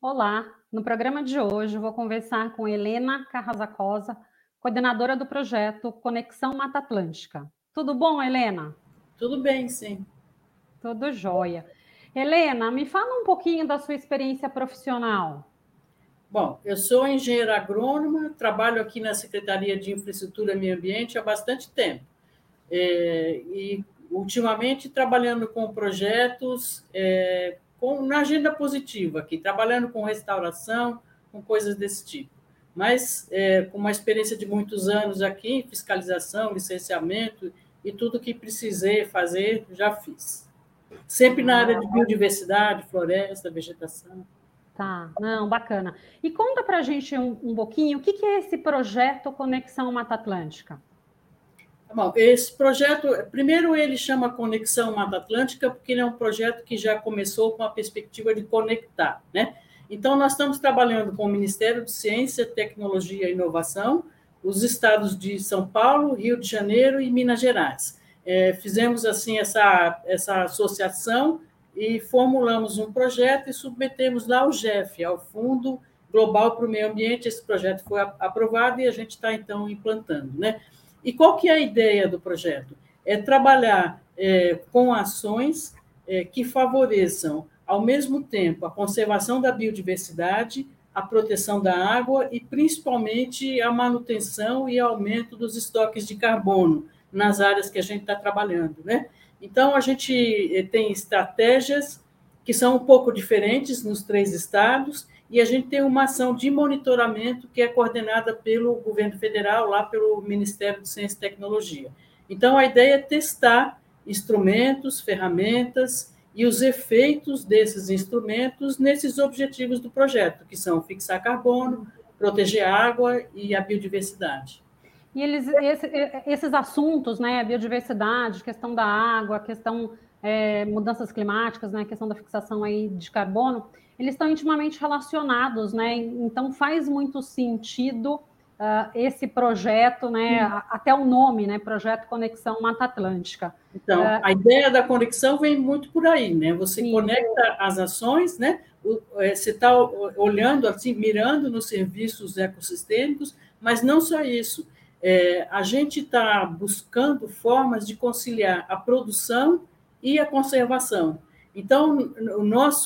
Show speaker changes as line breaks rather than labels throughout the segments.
Olá, no programa de hoje eu vou conversar com Helena Carrazacosa, coordenadora do projeto Conexão Mata Atlântica. Tudo bom, Helena?
Tudo bem, sim.
Tudo jóia. Helena, me fala um pouquinho da sua experiência profissional.
Bom, eu sou engenheira agrônoma, trabalho aqui na Secretaria de Infraestrutura e Meio Ambiente há bastante tempo. E, ultimamente, trabalhando com projetos na agenda positiva aqui, trabalhando com restauração, com coisas desse tipo. Mas com uma experiência de muitos anos aqui, em fiscalização, licenciamento e tudo que precisei fazer, já fiz. Sempre na área de biodiversidade, floresta, vegetação.
Tá, não, bacana. E conta pra gente um pouquinho o que é esse projeto Conexão Mata Atlântica?
Bom, esse projeto, primeiro ele chama Conexão Mata Atlântica, porque ele é um projeto que já começou com a perspectiva de conectar, né? Então, nós estamos trabalhando com o Ministério de Ciência, Tecnologia e Inovação, os estados de São Paulo, Rio de Janeiro e Minas Gerais. Fizemos, assim, essa associação e formulamos um projeto e submetemos lá ao GEF, ao Fundo Global para o Meio Ambiente. Esse projeto foi aprovado e a gente está, então, implantando, né? E qual que é a ideia do projeto? É trabalhar com ações que favoreçam, ao mesmo tempo, a conservação da biodiversidade, a proteção da água e, principalmente, a manutenção e aumento dos estoques de carbono nas áreas que a gente está trabalhando, né? Então, a gente tem estratégias que são um pouco diferentes nos 3 estados, e a gente tem uma ação de monitoramento que é coordenada pelo governo federal, lá pelo Ministério de Ciência e Tecnologia. Então, a ideia é testar instrumentos, ferramentas e os efeitos desses instrumentos nesses objetivos do projeto, que são fixar carbono, proteger a água e a biodiversidade.
E esses assuntos, né, a biodiversidade, questão da água, questão mudanças climáticas, né, questão da fixação aí de carbono, eles estão intimamente relacionados, né? Então faz muito sentido esse projeto, né? Até o nome, né? Projeto Conexão Mata Atlântica.
Então, a ideia da conexão vem muito por aí, né? Você
Sim.
Conecta as ações, né? Você está olhando assim, mirando nos serviços ecossistêmicos, mas não só isso. A gente está buscando formas de conciliar a produção e a conservação. Então, o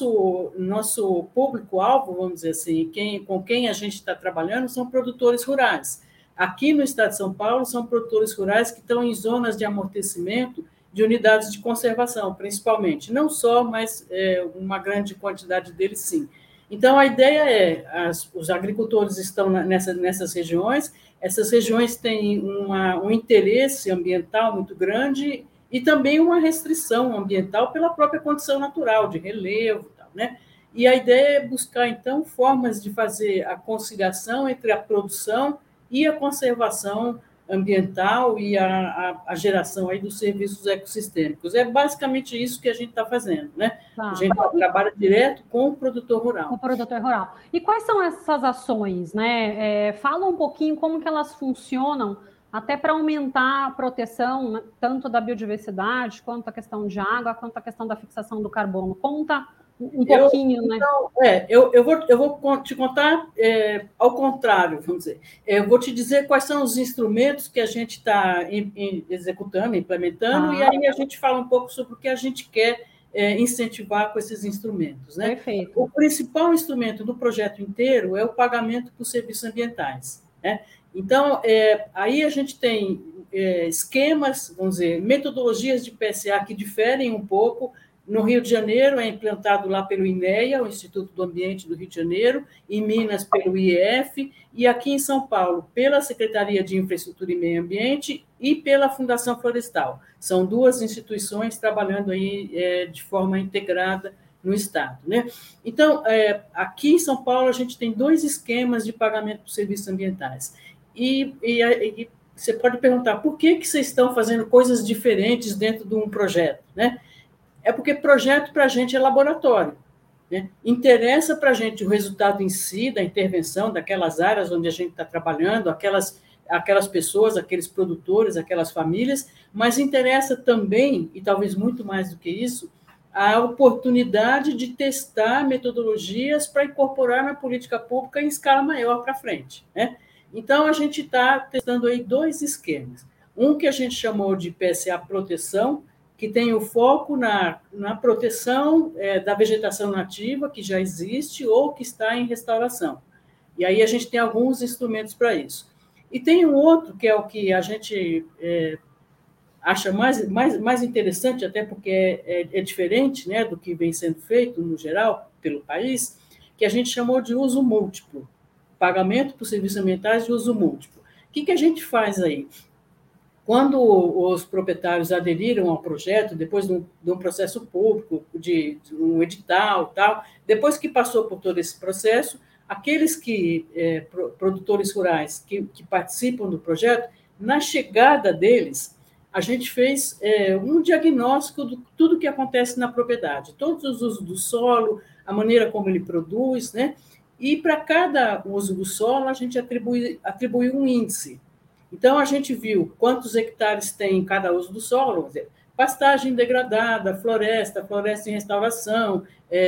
nosso público-alvo, vamos dizer assim, com quem a gente está trabalhando, são produtores rurais. Aqui no estado de São Paulo, são produtores rurais que estão em zonas de amortecimento de unidades de conservação, principalmente. Não só, mas uma grande quantidade deles, sim. Então, a ideia os agricultores estão nessas regiões, essas regiões têm um interesse ambiental muito grande e também uma restrição ambiental pela própria condição natural, de relevo, né? E a ideia é buscar, então, formas de fazer a conciliação entre a produção e a conservação ambiental e a geração aí dos serviços ecossistêmicos. É basicamente isso que a gente está fazendo, né?
Tá.
A gente trabalha direto com o produtor rural.
Com o produtor rural. E quais são essas ações, né? Fala um pouquinho como que elas funcionam até para aumentar a proteção, né, tanto da biodiversidade, quanto a questão de água, quanto a questão da fixação do carbono. Conta um pouquinho, né?
Então, eu vou te contar ao contrário, vamos dizer. Eu vou te dizer quais são os instrumentos que a gente está executando, implementando, e aí a gente fala um pouco sobre o que a gente quer incentivar com esses instrumentos, né?
Perfeito.
O principal instrumento do projeto inteiro é o pagamento por serviços ambientais, né? Então, aí a gente tem esquemas, vamos dizer, metodologias de PSA que diferem um pouco. No Rio de Janeiro é implantado lá pelo INEA, o Instituto do Ambiente do Rio de Janeiro, em Minas pelo IEF, e aqui em São Paulo pela Secretaria de Infraestrutura e Meio Ambiente e pela Fundação Florestal. São 2 instituições trabalhando aí de forma integrada no Estado, né? Então, aqui em São Paulo a gente tem 2 esquemas de pagamento por serviços ambientais. E você pode perguntar, por que vocês estão fazendo coisas diferentes dentro de um projeto, né? É porque projeto para a gente é laboratório, né? Interessa para a gente o resultado em si, da intervenção daquelas áreas onde a gente está trabalhando, aquelas pessoas, aqueles produtores, aquelas famílias, mas interessa também, e talvez muito mais do que isso, a oportunidade de testar metodologias para incorporar na política pública em escala maior para frente, né? Então, a gente está testando aí 2 esquemas. Um que a gente chamou de PSA Proteção, que tem o foco na proteção da vegetação nativa, que já existe ou que está em restauração. E aí a gente tem alguns instrumentos para isso. E tem um outro, que é o que a gente acha mais interessante, até porque é diferente, né, do que vem sendo feito, no geral, pelo país, que a gente chamou de uso múltiplo, pagamento por serviços ambientais de uso múltiplo. O que a gente faz aí? Quando os proprietários aderiram ao projeto, depois de um processo público, de um edital, tal, depois que passou por todo esse processo, aqueles produtores rurais que participam do projeto, na chegada deles, a gente fez um diagnóstico de tudo que acontece na propriedade, todos os usos do solo, a maneira como ele produz, né? E para cada uso do solo, a gente atribuiu um índice. Então, a gente viu quantos hectares tem em cada uso do solo, vamos dizer, pastagem degradada, floresta em restauração,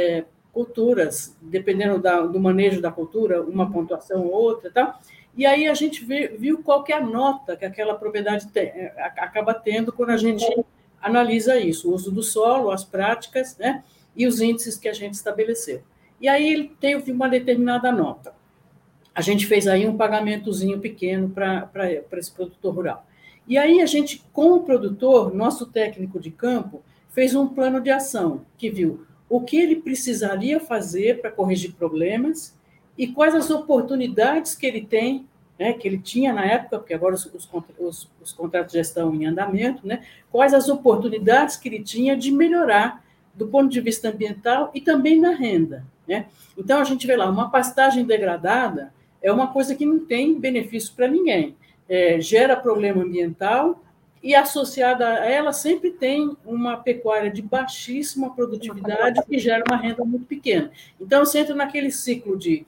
culturas, dependendo do manejo da cultura, uma pontuação ou outra, tal. E aí a gente viu qual que é a nota que aquela propriedade acaba tendo quando a gente analisa isso, o uso do solo, as práticas, né, e os índices que a gente estabeleceu. E aí ele tem uma determinada nota. A gente fez aí um pagamentozinho pequeno para esse produtor rural. E aí a gente, com o produtor, nosso técnico de campo, fez um plano de ação que viu o que ele precisaria fazer para corrigir problemas e quais as oportunidades que ele tem, né, que ele tinha na época, porque agora os contratos já estão em andamento, né, quais as oportunidades que ele tinha de melhorar do ponto de vista ambiental e também na renda, né? Então, a gente vê lá, uma pastagem degradada é uma coisa que não tem benefício para ninguém, gera problema ambiental e, associada a ela, sempre tem uma pecuária de baixíssima produtividade que gera uma renda muito pequena. Então, você entra naquele ciclo de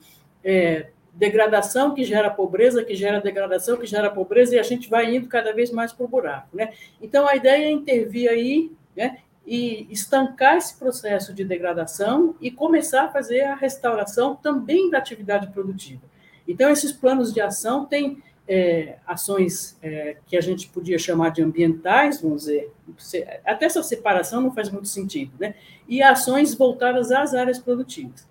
degradação que gera pobreza, que gera degradação, que gera pobreza, e a gente vai indo cada vez mais para o buraco, né? Então, a ideia é intervir aí, né, e estancar esse processo de degradação e começar a fazer a restauração também da atividade produtiva. Então, esses planos de ação têm ações que a gente podia chamar de ambientais, vamos dizer, até essa separação não faz muito sentido, né? E ações voltadas às áreas produtivas.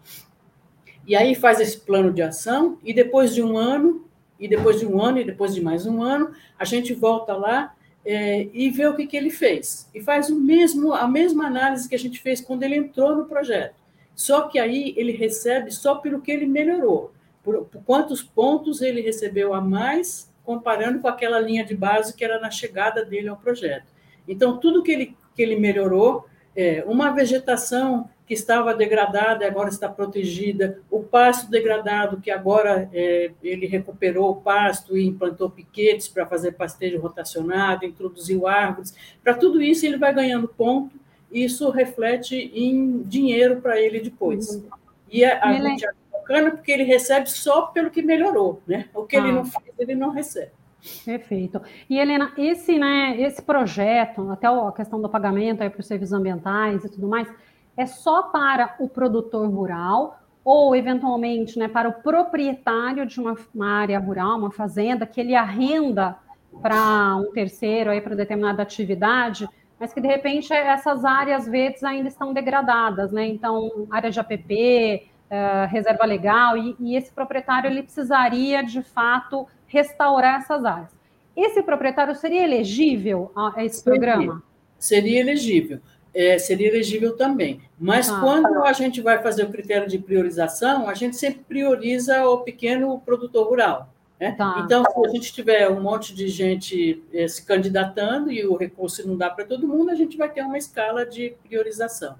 E aí faz esse plano de ação, e depois de um ano, e depois de um ano, e depois de mais um ano, a gente volta lá e vê o que ele fez. E faz a mesma análise que a gente fez quando ele entrou no projeto. Só que aí ele recebe só pelo que ele melhorou, por quantos pontos ele recebeu a mais, comparando com aquela linha de base que era na chegada dele ao projeto. Então, tudo que ele melhorou, uma vegetação que estava degradada e agora está protegida, o pasto degradado, que agora ele recuperou o pasto e implantou piquetes para fazer pastejo rotacionado, introduziu árvores. Para tudo isso, ele vai ganhando ponto, e isso reflete em dinheiro para ele depois. E a gente acha bacana porque ele recebe só pelo que melhorou, né? O que ele não fez, ele não recebe.
Perfeito. E, Helena, esse projeto, até a questão do pagamento para os serviços ambientais e tudo mais, é só para o produtor rural ou, eventualmente, né, para o proprietário de uma área rural, uma fazenda, que ele arrenda para um terceiro, para determinada atividade, mas que, de repente, essas áreas verdes ainda estão degradadas, né? Então, área de APP, reserva legal, e esse proprietário ele precisaria, de fato, restaurar essas áreas. Esse proprietário seria elegível a esse programa?
Seria elegível. Seria elegível também. Mas quando a gente vai fazer o critério de priorização, a gente sempre prioriza o pequeno produtor rural, né? Então, se a gente tiver um monte de gente se candidatando e o recurso não dá para todo mundo, a gente vai ter uma escala de priorização.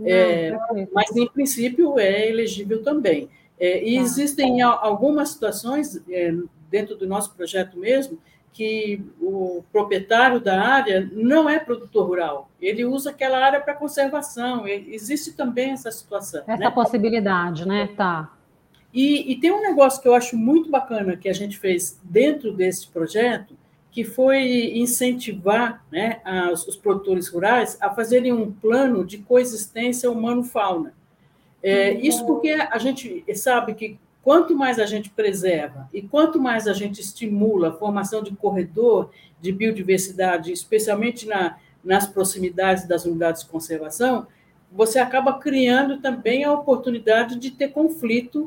Mas, em princípio, é elegível também. E existem algumas situações, dentro do nosso projeto mesmo, que o proprietário da área não é produtor rural, ele usa aquela área para conservação, existe também essa situação.
Essa possibilidade, né?
E tem um negócio que eu acho muito bacana que a gente fez dentro desse projeto, que foi incentivar, né, os produtores rurais a fazerem um plano de coexistência humano-fauna. Isso porque a gente sabe que quanto mais a gente preserva e quanto mais a gente estimula a formação de corredor de biodiversidade, especialmente nas proximidades das unidades de conservação, você acaba criando também a oportunidade de ter conflito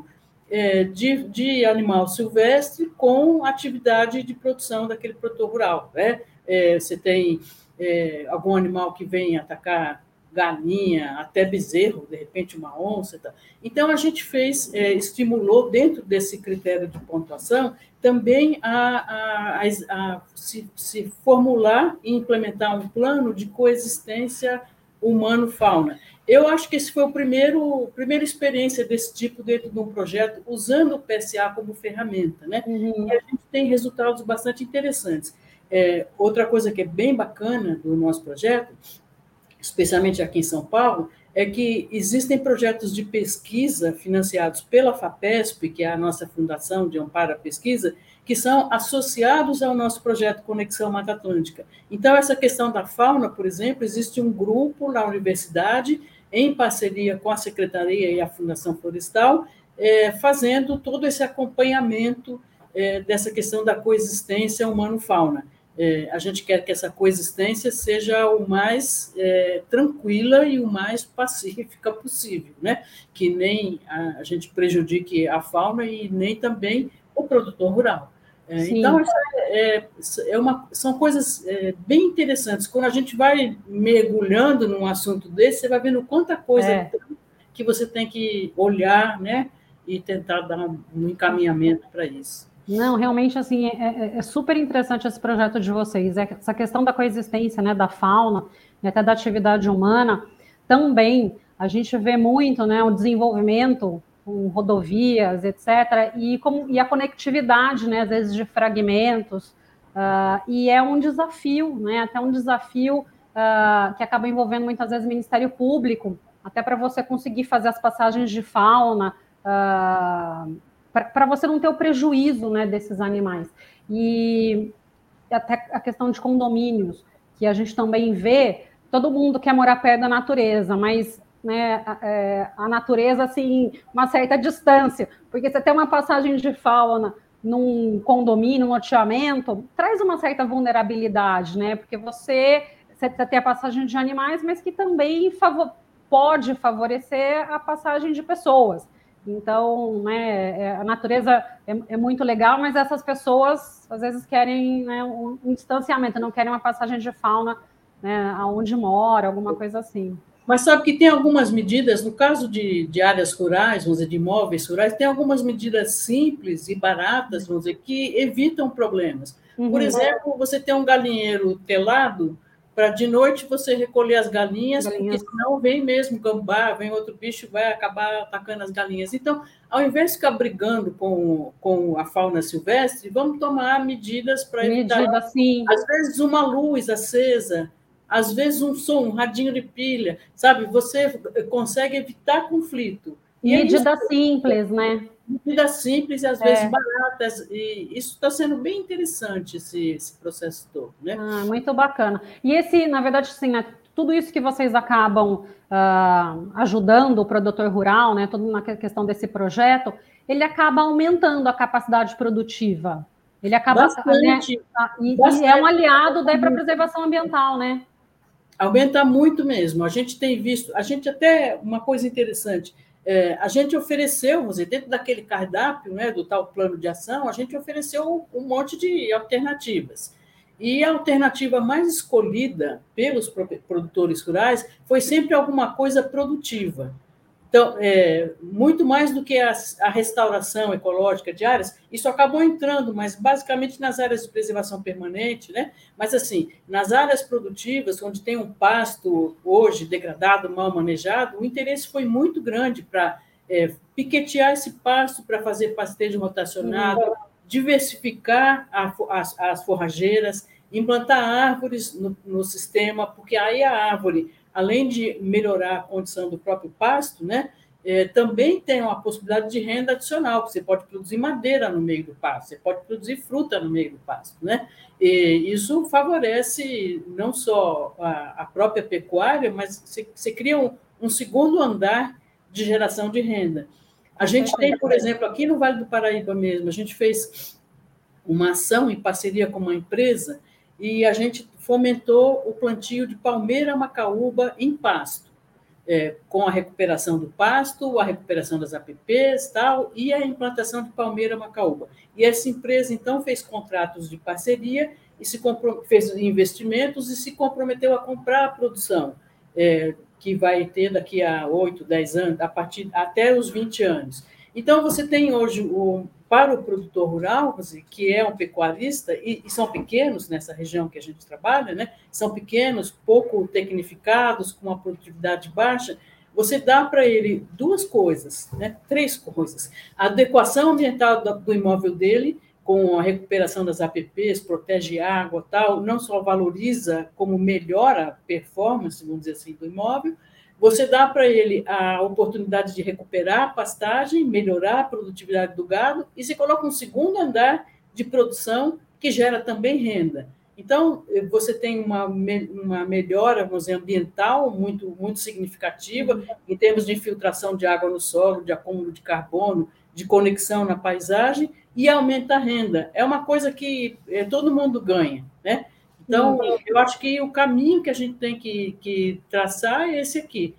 de animal silvestre com atividade de produção daquele produtor rural. Né? Você tem algum animal que vem atacar galinha, até bezerro, de repente uma onça. Tá? Então, a gente estimulou, dentro desse critério de pontuação, também a se formular e implementar um plano de coexistência humano-fauna. Eu acho que esse foi a primeira experiência desse tipo dentro de um projeto, usando o PSA como ferramenta. Né? E a gente tem resultados bastante interessantes. Outra coisa que é bem bacana do nosso projeto, especialmente aqui em São Paulo, é que existem projetos de pesquisa financiados pela FAPESP, que é a nossa fundação de amparo à pesquisa, que são associados ao nosso projeto Conexão Mata Atlântica. Então, essa questão da fauna, por exemplo, existe um grupo na universidade, em parceria com a Secretaria e a Fundação Florestal, fazendo todo esse acompanhamento dessa questão da coexistência humano-fauna. A gente quer que essa coexistência seja o mais tranquila e o mais pacífica possível, né? Que nem a gente prejudique a fauna e nem também o produtor rural. Então, são coisas bem interessantes. Quando a gente vai mergulhando num assunto desse, você vai vendo quanta coisa que você tem que olhar, né? E tentar dar um encaminhamento para isso.
Não, realmente, assim, é super interessante esse projeto de vocês. Essa questão da coexistência, né, da fauna e até da atividade humana, também a gente vê muito, né, o desenvolvimento com rodovias, etc., e a conectividade, né, às vezes de fragmentos, e é um desafio, né, até um desafio que acaba envolvendo muitas vezes o Ministério Público, até para você conseguir fazer as passagens de fauna, para você não ter o prejuízo, né, desses animais. E até a questão de condomínios, que a gente também vê, todo mundo quer morar perto da natureza, mas né, a natureza, assim, uma certa distância, porque você tem uma passagem de fauna num condomínio, num loteamento, traz uma certa vulnerabilidade, né, porque você tem a passagem de animais, mas que também pode favorecer a passagem de pessoas. Então, né, a natureza é muito legal, mas essas pessoas, às vezes, querem, né, um distanciamento, não querem uma passagem de fauna, né, aonde mora, alguma coisa assim.
Mas sabe que tem algumas medidas, no caso de áreas rurais, vamos dizer, de imóveis rurais, tem algumas medidas simples e baratas, vamos dizer, que evitam problemas. Por exemplo, você tem um galinheiro telado, para de noite você recolher as galinhas, porque senão vem mesmo gambá, vem outro bicho, vai acabar atacando as galinhas. Então, ao invés de ficar brigando com a fauna silvestre, vamos tomar medidas para evitar,
sim.
Às vezes, uma luz acesa, às vezes um som, um radinho de pilha, sabe? Você consegue evitar conflito.
Medidas simples, né?
Medidas simples e, às vezes, baratas. E isso está sendo bem interessante, esse processo todo, né?
Muito bacana. E na verdade, assim, né, tudo isso que vocês acabam ajudando o produtor rural, né, tudo na questão desse projeto, ele acaba aumentando a capacidade produtiva. Ele acaba...
Bastante.
Né, e é um aliado daí para a preservação ambiental, né?
Aumenta muito mesmo. A gente tem visto... até uma coisa interessante... a gente ofereceu, vamos dizer, dentro daquele cardápio, né, do tal plano de ação, a gente ofereceu um monte de alternativas. E a alternativa mais escolhida pelos produtores rurais foi sempre alguma coisa produtiva. Então, muito mais do que a restauração ecológica de áreas, isso acabou entrando, mas basicamente nas áreas de preservação permanente, né? Mas, assim, nas áreas produtivas, onde tem um pasto hoje degradado, mal manejado, o interesse foi muito grande para piquetear esse pasto, para fazer pastejo rotacionado, diversificar as forrageiras, implantar árvores no sistema, porque aí a árvore, além de melhorar a condição do próprio pasto, né, também tem uma possibilidade de renda adicional, você pode produzir madeira no meio do pasto, você pode produzir fruta no meio do pasto, né? E isso favorece não só a própria pecuária, mas você cria um segundo andar de geração de renda. A gente tem, por exemplo, aqui no Vale do Paraíba mesmo, a gente fez uma ação em parceria com uma empresa e a gente fomentou o plantio de palmeira macaúba em pasto, com a recuperação do pasto, a recuperação das APPs tal, e a implantação de palmeira macaúba. E essa empresa, então, fez contratos de parceria, e fez investimentos e se comprometeu a comprar a produção, que vai ter daqui a 8, 10 anos, até os 20 anos. Então, você tem hoje, para o produtor rural, que é um pecuarista, e são pequenos nessa região que a gente trabalha, né? São pequenos, pouco tecnificados, com uma produtividade baixa, você dá para ele duas coisas, né? 3 coisas. A adequação ambiental do imóvel dele, com a recuperação das APPs, protege água, tal, não só valoriza, como melhora a performance, vamos dizer assim, do imóvel. Você dá para ele a oportunidade de recuperar a pastagem, melhorar a produtividade do gado, e você coloca um segundo andar de produção que gera também renda. Então, você tem uma melhora, vamos dizer, ambiental muito, muito significativa, em termos de infiltração de água no solo, de acúmulo de carbono, de conexão na paisagem, e aumenta a renda. É uma coisa que todo mundo ganha, né? Então, eu acho que o caminho que a gente tem que traçar é esse aqui.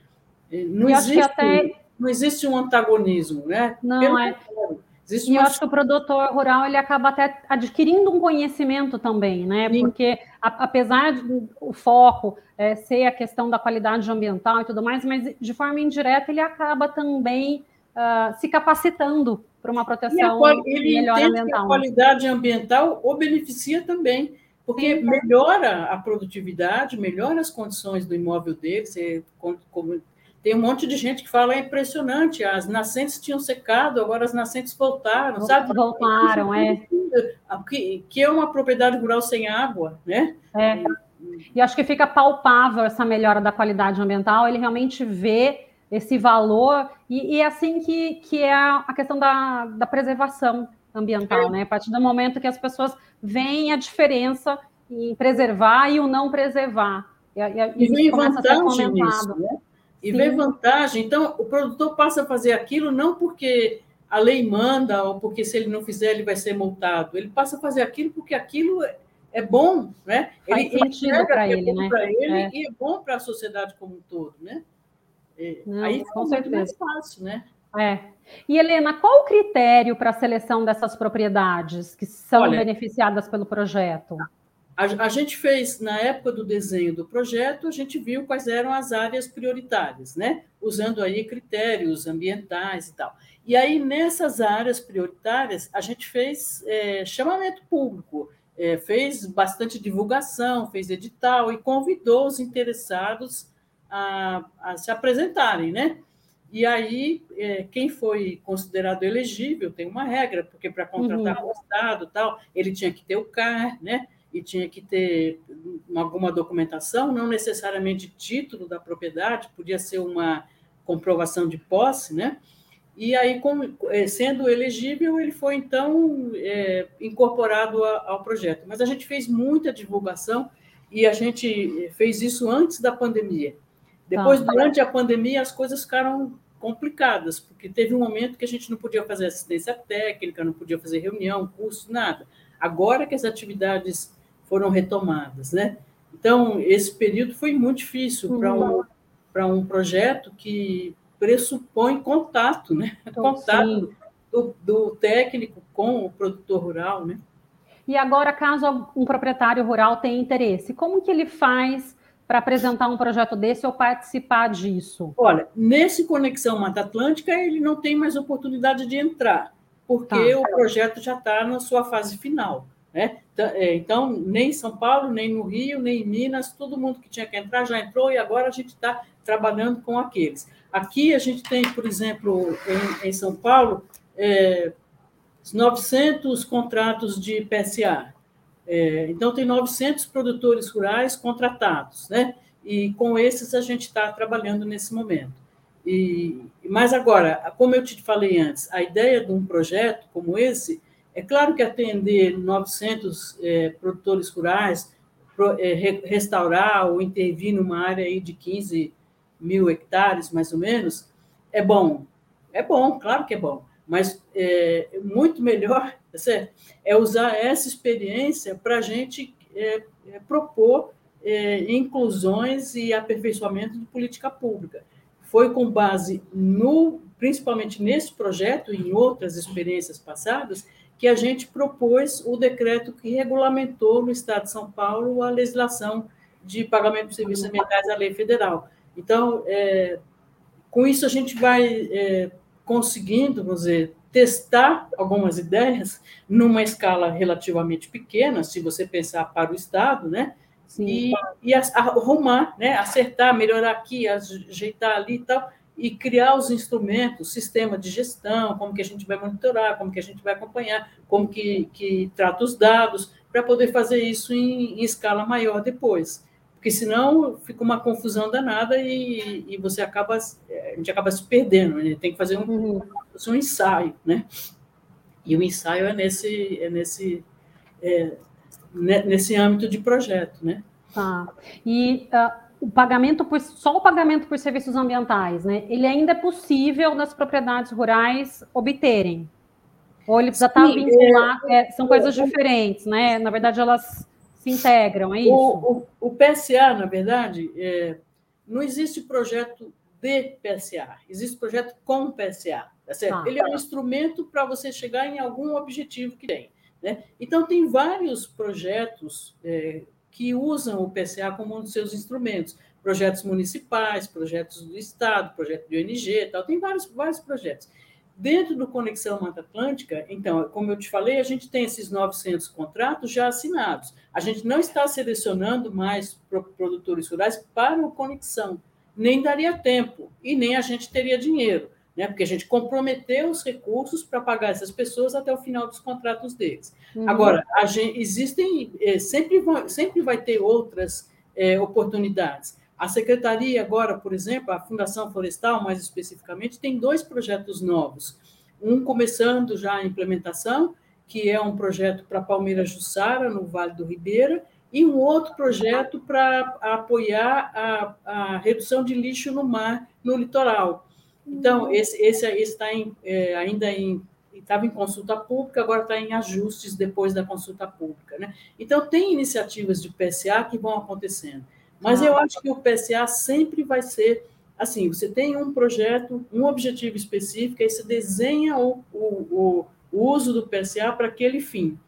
Não existe um antagonismo, né?
Não, e eu acho que o produtor rural ele acaba até adquirindo um conhecimento também, né? Sim. Porque apesar do foco ser a questão da qualidade ambiental e tudo mais, mas de forma indireta ele acaba também se capacitando para uma proteção melhor ambiental. Que a
qualidade ambiental o beneficia também, porque sim, melhora a produtividade, melhora as condições do imóvel dele. Tem um monte de gente que fala, é impressionante, as nascentes tinham secado, agora as nascentes voltaram, sabe?
Voltaram,
Que é uma propriedade rural sem água, né?
E acho que fica palpável essa melhora da qualidade ambiental, ele realmente vê esse valor, e é assim que é a questão da preservação ambiental, né? A partir do momento que as pessoas veem a diferença em preservar e o não preservar.
E vem vantagem nisso, né? E vem vantagem. Então, o produtor passa a fazer aquilo não porque a lei manda ou porque se ele não fizer ele vai ser multado. Ele passa a fazer aquilo porque aquilo é bom, né?
Faz sentido para ele, né?
E é bom para a sociedade como um todo, né?
Não,
aí
com certeza.
Mais fácil, né?
E, Helena, qual o critério para a seleção dessas propriedades que são beneficiadas pelo projeto?
A gente fez, na época do desenho do projeto, a gente viu quais eram as áreas prioritárias, né? Usando aí critérios ambientais e tal. E aí, nessas áreas prioritárias, a gente fez chamamento público, fez bastante divulgação, fez edital e convidou os interessados a se apresentarem, né? E aí, quem foi considerado elegível, tem uma regra, porque para contratar o Estado tal, ele tinha que ter o CAR, né? E tinha que ter alguma documentação, não necessariamente título da propriedade, podia ser uma comprovação de posse, né? E aí, sendo elegível, ele foi, então, incorporado ao projeto. Mas a gente fez muita divulgação e a gente fez isso antes da pandemia. Depois, durante a pandemia, as coisas ficaram complicadas, porque teve um momento que a gente não podia fazer assistência técnica, não podia fazer reunião, curso, nada. Agora que as atividades foram retomadas, né? Então, esse período foi muito difícil para um projeto que pressupõe contato, né? Contato do técnico com o produtor rural, né?
E agora, caso um proprietário rural tenha interesse, como que ele faz para apresentar um projeto desse ou participar disso?
Olha, nesse Conexão Mata Atlântica, ele não tem mais oportunidade de entrar, porque o projeto já está na sua fase final, né? Então, nem em São Paulo, nem no Rio, nem em Minas, todo mundo que tinha que entrar já entrou e agora a gente está trabalhando com aqueles. Aqui a gente tem, por exemplo, em São Paulo, 900 contratos de PSA. Então, tem 900 produtores rurais contratados, né? E com esses a gente está trabalhando nesse momento. Mas agora, como eu te falei antes, a ideia de um projeto como esse é claro que atender 900 produtores rurais, restaurar ou intervir numa área aí de 15 mil hectares, mais ou menos, é bom. É bom, claro que é bom, mas muito melhor é usar essa experiência para a gente propor inclusões e aperfeiçoamento de política pública. Foi com base principalmente nesse projeto e em outras experiências passadas que a gente propôs o decreto que regulamentou no Estado de São Paulo a legislação de pagamento de serviços ambientais à lei federal. Então, com isso, a gente vai conseguindo, vamos dizer, testar algumas ideias numa escala relativamente pequena, se você pensar para o Estado, né? E arrumar, né? Acertar, melhorar aqui, ajeitar ali e tal, e criar os instrumentos, sistema de gestão, como que a gente vai monitorar, como que a gente vai acompanhar, como que trata os dados, para poder fazer isso em escala maior depois. Porque senão fica uma confusão danada e a gente acaba se perdendo, né? Tem que fazer um ensaio, né? E o ensaio é nesse âmbito de projeto, né?
Tá. E só o pagamento por serviços ambientais, né? Ele ainda é possível das propriedades rurais obterem? Ou ele já está vinculado? São coisas diferentes, né? Na verdade, elas se integram, é isso?
O PSA, na verdade, não existe projeto de PSA, existe projeto com PSA, tá certo? Ele é um instrumento para você chegar em algum objetivo que tem, né? Então, tem vários projetos que usam o PSA como um dos seus instrumentos, projetos municipais, projetos do Estado, projeto de ONG, tal, tem vários projetos. Dentro do Conexão Mata Atlântica, então, como eu te falei, a gente tem esses 900 contratos já assinados. A gente não está selecionando mais produtores rurais para o Conexão, nem daria tempo, e nem a gente teria dinheiro, né? Porque a gente comprometeu os recursos para pagar essas pessoas até o final dos contratos deles. Agora, sempre vai ter outras oportunidades. A Secretaria agora, por exemplo, a Fundação Florestal, mais especificamente, tem 2 projetos novos. Um começando já a implementação, que é um projeto para Palmeira Jussara, no Vale do Ribeira, e um outro projeto para apoiar a redução de lixo no mar, no litoral. Então, esse está estava em consulta pública, agora está em ajustes depois da consulta pública, né? Então, tem iniciativas de PSA que vão acontecendo. Mas eu acho que o PSA sempre vai ser assim, você tem um projeto, um objetivo específico, aí você desenha o uso do PSA para aquele fim.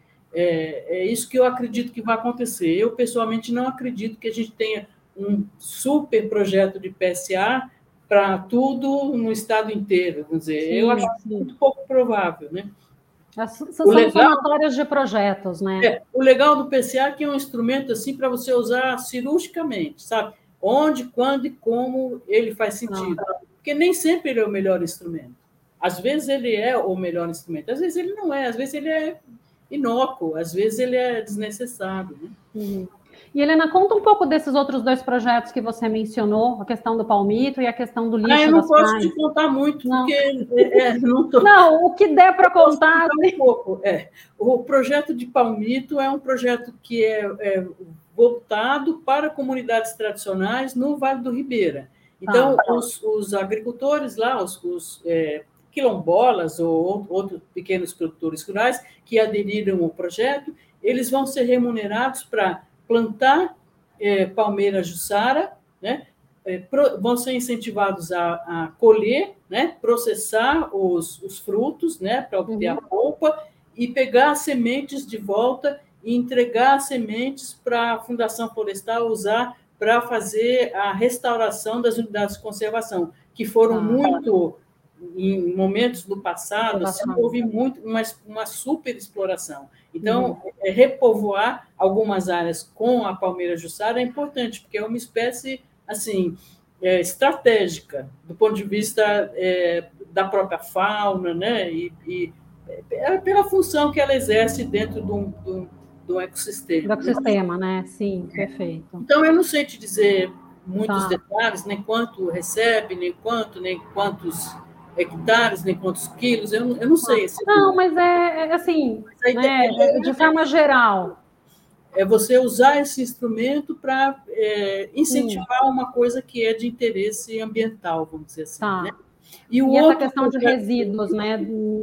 É isso que eu acredito que vai acontecer. Eu, pessoalmente, não acredito que a gente tenha um super projeto de PSA para tudo no estado inteiro, vamos dizer. Sim, eu acho muito pouco provável, né?
São somatórias de projetos, né?
O legal do PCA é que é um instrumento assim para você usar cirurgicamente, sabe? Onde, quando e como ele faz sentido. Porque nem sempre ele é o melhor instrumento. Às vezes ele é o melhor instrumento, às vezes ele não é, às vezes ele é inócuo, às vezes ele é desnecessário, né?
E, Helena, conta um pouco desses outros 2 projetos que você mencionou, a questão do palmito e a questão do lixo.
Eu não posso te contar muito, porque
não, o que der para contar.
Um pouco. O projeto de palmito é um projeto que é voltado para comunidades tradicionais no Vale do Ribeira. Então, os agricultores lá, os quilombolas ou outros pequenos produtores rurais que aderiram ao projeto, eles vão ser remunerados para plantar palmeira jussara, né? Vão ser incentivados a colher, né? Processar os frutos, né? Para obter a polpa e pegar as sementes de volta e entregar as sementes para a Fundação Florestal usar para fazer a restauração das unidades de conservação, que foram muito, em momentos do passado, houve muito uma super exploração. Então, repovoar algumas áreas com a palmeira jussara é importante, porque é uma espécie assim estratégica do ponto de vista da própria fauna, né? E pela função que ela exerce dentro do ecossistema.
Do ecossistema, né? Sim, perfeito.
Então, eu não sei te dizer muitos detalhes, nem quanto recebe, nem quantos hectares, nem quantos quilos, eu não sei.
Não, mas assim, né, de forma geral.
É você usar esse instrumento para incentivar uma coisa que é de interesse ambiental, vamos dizer assim. Né?
E essa questão de resíduos, né?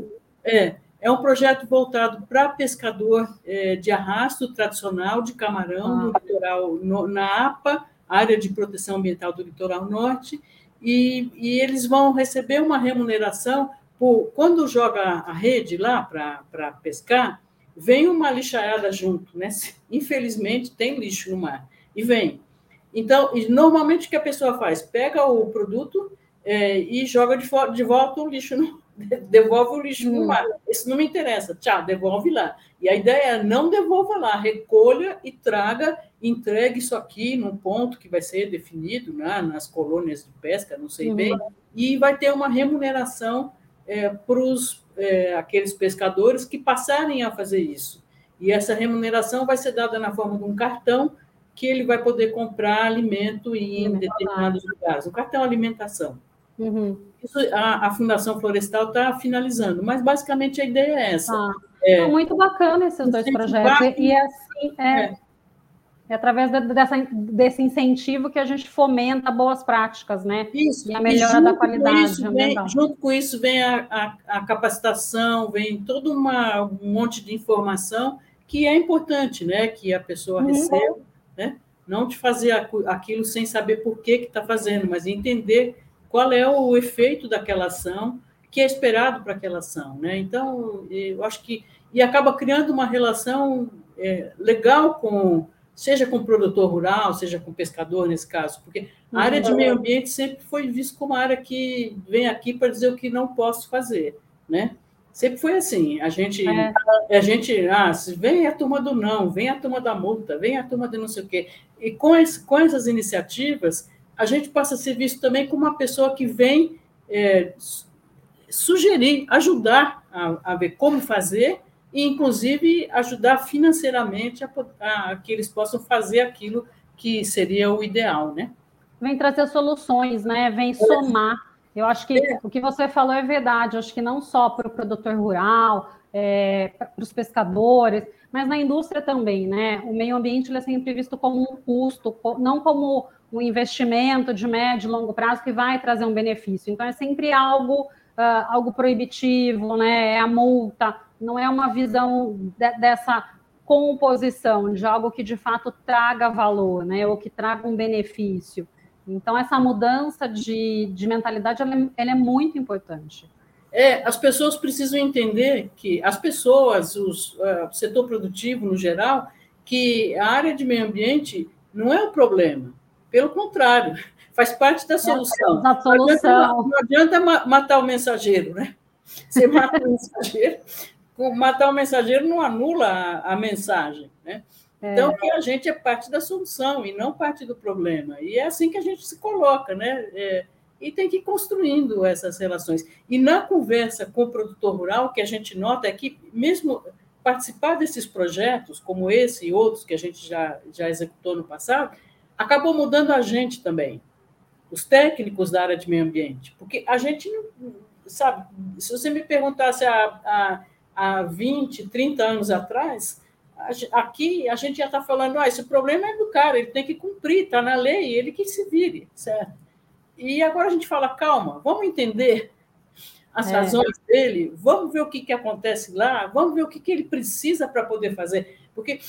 É um projeto voltado para pescador de arrasto tradicional de camarão no litoral, na APA, Área de Proteção Ambiental do Litoral Norte, e eles vão receber uma remuneração quando joga a rede lá para pescar, vem uma lixaiada junto, né? Infelizmente tem lixo no mar, e vem. Então, normalmente o que a pessoa faz? Pega o produto e joga de volta o lixo devolve o lixo no mar. Isso não me interessa. Tchau, devolve lá. E a ideia é não devolva lá, recolha e traga, entregue isso aqui num ponto que vai ser definido, né, nas colônias de pesca, não sei bem, e vai ter uma remuneração para aqueles pescadores que passarem a fazer isso. E essa remuneração vai ser dada na forma de um cartão que ele vai poder comprar alimento em determinados lugares. O cartão alimentação. Isso a Fundação Florestal está finalizando, mas basicamente a ideia é essa.
Muito bacana esses dois projetos. E assim, é através desse incentivo que a gente fomenta boas práticas, né?
Isso.
E a melhora da qualidade ambiental.
Junto com isso vem a capacitação, vem todo um monte de informação que é importante, né? Que a pessoa receba, né? Não de fazer aquilo sem saber por que está fazendo, mas entender qual é o efeito daquela ação que é esperado para aquela ação. Né? Então, eu acho que... E acaba criando uma relação legal seja com o produtor rural, seja com o pescador, nesse caso, porque a área de meio ambiente sempre foi vista como uma área que vem aqui para dizer o que não posso fazer. Né? Sempre foi assim. A gente vem a turma do não, vem a turma da multa, vem a turma de não sei o quê. E com essas iniciativas, a gente passa a ser visto também como uma pessoa que vem sugerir, ajudar a ver como fazer e, inclusive, ajudar financeiramente a que eles possam fazer aquilo que seria o ideal, né?
Vem trazer soluções, né? Vem somar. Eu acho que o que você falou é verdade. Eu acho que não só para o produtor rural, para os pescadores, mas na indústria também, né? O meio ambiente ele é sempre visto como um custo, não como um investimento de médio e longo prazo que vai trazer um benefício. Então, é sempre algo proibitivo, né? É a multa, não é uma visão dessa composição de algo que, de fato, traga valor, né? Ou que traga um benefício. Então, essa mudança de mentalidade ela é muito importante.
As pessoas precisam entender que as pessoas, o setor produtivo no geral, que a área de meio ambiente não é o problema. Pelo contrário, faz parte da solução. Não adianta matar o mensageiro, né? Você mata o mensageiro, matar o mensageiro não anula a mensagem, né? Então, que a gente é parte da solução e não parte do problema. E é assim que a gente se coloca, né? E tem que ir construindo essas relações. E na conversa com o produtor rural, o que a gente nota é que, mesmo participar desses projetos, como esse e outros que a gente já executou no passado, acabou mudando a gente também, os técnicos da área de meio ambiente. Porque a gente, sabe, se você me perguntasse há 20, 30 anos atrás, aqui a gente já está falando, esse problema é do cara, ele tem que cumprir, está na lei, ele que se vire, certo? E agora a gente fala, calma, vamos entender as razões dele, vamos ver o que acontece lá, vamos ver o que ele precisa para poder fazer. Porque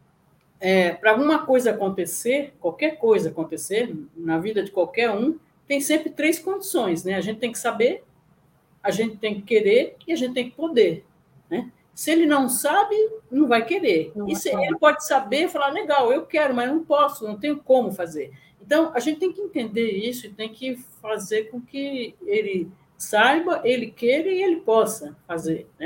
para alguma coisa acontecer, qualquer coisa acontecer, na vida de qualquer um, tem sempre 3 condições, né? A gente tem que saber, a gente tem que querer e a gente tem que poder, né? Se ele não sabe, não vai querer. Ele pode saber e falar, legal, eu quero, mas não posso, não tenho como fazer. Então, a gente tem que entender isso e tem que fazer com que ele saiba, ele queira e ele possa fazer, né?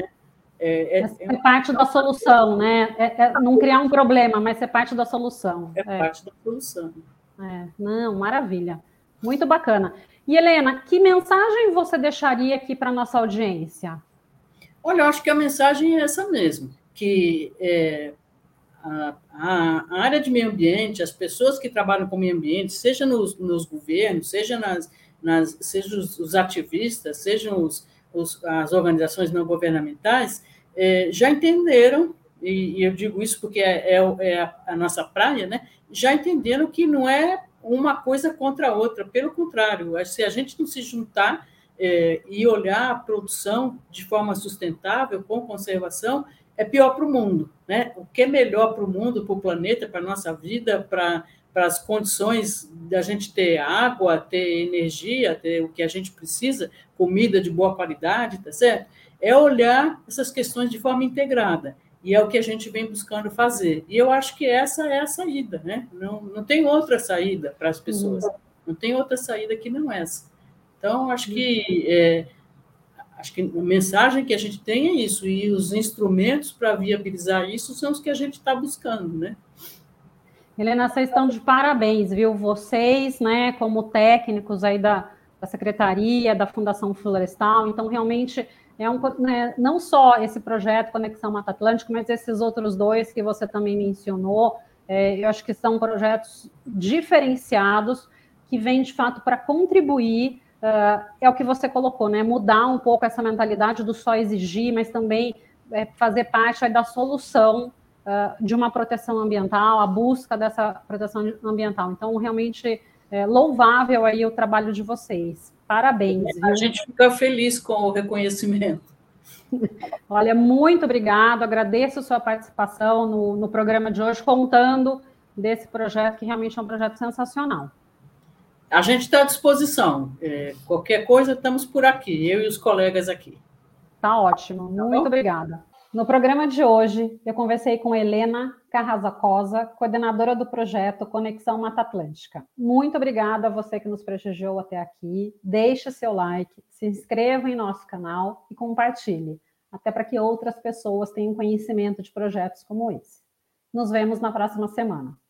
É parte da solução, né? Não criar um problema, mas é parte da solução.
Parte da solução.
Não, maravilha. Muito bacana. E, Helena, que mensagem você deixaria aqui para a nossa audiência?
Olha, eu acho que a mensagem é essa mesmo, que a área de meio ambiente, as pessoas que trabalham com meio ambiente, seja nos governos, seja seja os ativistas, sejam as organizações não governamentais, já entenderam, e eu digo isso porque é a nossa praia, né? Já entenderam que não é uma coisa contra a outra, pelo contrário, se a gente não se juntar e olhar a produção de forma sustentável, com conservação, é pior para o mundo, né? O que é melhor para o mundo, para o planeta, para a nossa vida, para as condições da gente ter água, ter energia, ter o que a gente precisa, comida de boa qualidade, tá certo? É olhar essas questões de forma integrada. E é o que a gente vem buscando fazer. E eu acho que essa é a saída, né? Não tem outra saída para as pessoas. Não tem outra saída que não essa. Então, acho que a mensagem que a gente tem é isso, e os instrumentos para viabilizar isso são os que a gente está buscando, né?
Helena, vocês estão de parabéns, viu? Vocês, né, como técnicos aí da Secretaria, da Fundação Florestal, então realmente né, não só esse projeto Conexão Mata Atlântica, mas esses outros dois que você também mencionou, eu acho que são projetos diferenciados que vêm, de fato, para contribuir, é o que você colocou, né? Mudar um pouco essa mentalidade do só exigir, mas também fazer parte aí da solução de uma proteção ambiental, a busca dessa proteção ambiental. Então, realmente, louvável aí o trabalho de vocês. Parabéns.
A gente fica feliz com o reconhecimento.
Olha, muito obrigado, agradeço a sua participação no programa de hoje, contando desse projeto, que realmente é um projeto sensacional.
A gente está à disposição. Qualquer coisa, estamos por aqui, eu e os colegas aqui.
Tá ótimo, muito obrigada. No programa de hoje, eu conversei com Helena Carrazacosa, coordenadora do projeto Conexão Mata Atlântica. Muito obrigada a você que nos prestigiou até aqui. Deixe seu like, se inscreva em nosso canal e compartilhe, até para que outras pessoas tenham conhecimento de projetos como esse. Nos vemos na próxima semana.